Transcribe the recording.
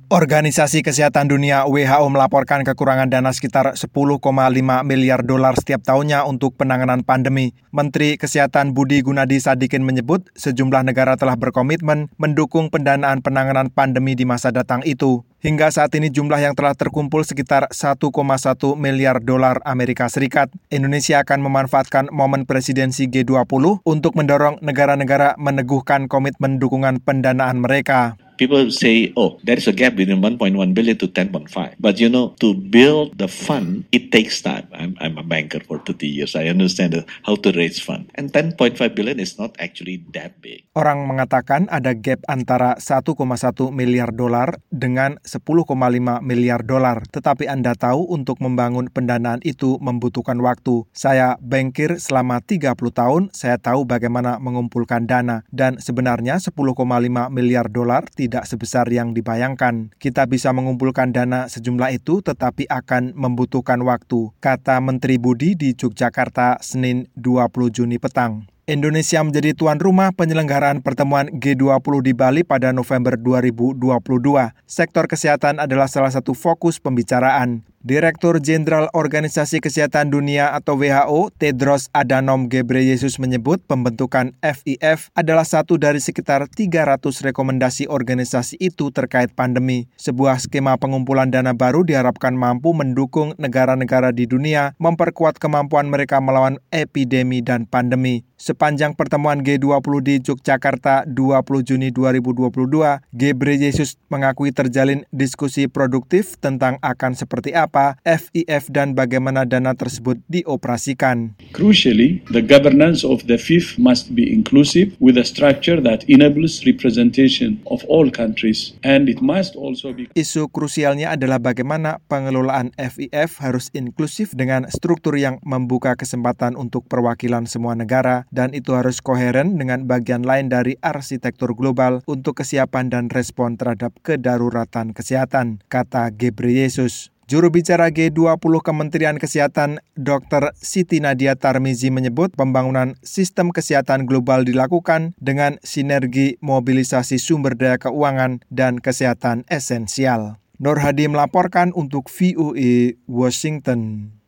Organisasi Kesehatan Dunia WHO melaporkan kekurangan dana sekitar 10,5 miliar dolar setiap tahunnya untuk penanganan pandemi. Menteri Kesehatan Budi Gunadi Sadikin menyebut sejumlah negara telah berkomitmen mendukung pendanaan penanganan pandemi di masa datang itu. Hingga saat ini jumlah yang telah terkumpul sekitar 1,1 miliar dolar Amerika Serikat. Indonesia akan memanfaatkan momen presidensi G20 untuk mendorong negara-negara meneguhkan komitmen dukungan pendanaan mereka. People say, there is a gap between 1.1 billion to 10.5. But to build the fund, it takes time. I'm a banker for 30 years. I understand how to raise fund. And 10.5 billion is not actually that big. Orang mengatakan ada gap antara 1,1 miliar dolar dengan 10,5 miliar dolar. Tetapi Anda tahu untuk membangun pendanaan itu membutuhkan waktu. Saya bankir selama 30 tahun, saya tahu bagaimana mengumpulkan dana. Dan sebenarnya 10,5 miliar dolar tidak sebesar yang dibayangkan. Kita bisa mengumpulkan dana sejumlah itu tetapi akan membutuhkan waktu, kata Menteri Budi di Yogyakarta Senin 20 Juni petang. Indonesia menjadi tuan rumah penyelenggaraan pertemuan G20 di Bali pada November 2022. Sektor kesehatan adalah salah satu fokus pembicaraan. Direktur Jenderal Organisasi Kesehatan Dunia atau WHO, Tedros Adhanom Ghebreyesus menyebut pembentukan FIF adalah satu dari sekitar 300 rekomendasi organisasi itu terkait pandemi. Sebuah skema pengumpulan dana baru diharapkan mampu mendukung negara-negara di dunia memperkuat kemampuan mereka melawan epidemi dan pandemi. Sepanjang pertemuan G20 di Yogyakarta 20 Juni 2022, Ghebreyesus mengakui terjalin diskusi produktif tentang akan seperti apa FIF dan bagaimana dana tersebut dioperasikan. Crucially, the governance of the FIF must be inclusive with a structure that enables representation of all countries, and it must also be. Isu krusialnya adalah bagaimana pengelolaan FIF harus inklusif dengan struktur yang membuka kesempatan untuk perwakilan semua negara, dan itu harus koheren dengan bagian lain dari arsitektur global untuk kesiapan dan respon terhadap kedaruratan kesehatan, kata Ghebreyesus. Juru bicara G20 Kementerian Kesehatan Dr. Siti Nadia Tarmizi menyebut pembangunan sistem kesehatan global dilakukan dengan sinergi mobilisasi sumber daya keuangan dan kesehatan esensial. Nur Hadi melaporkan untuk VOA Washington.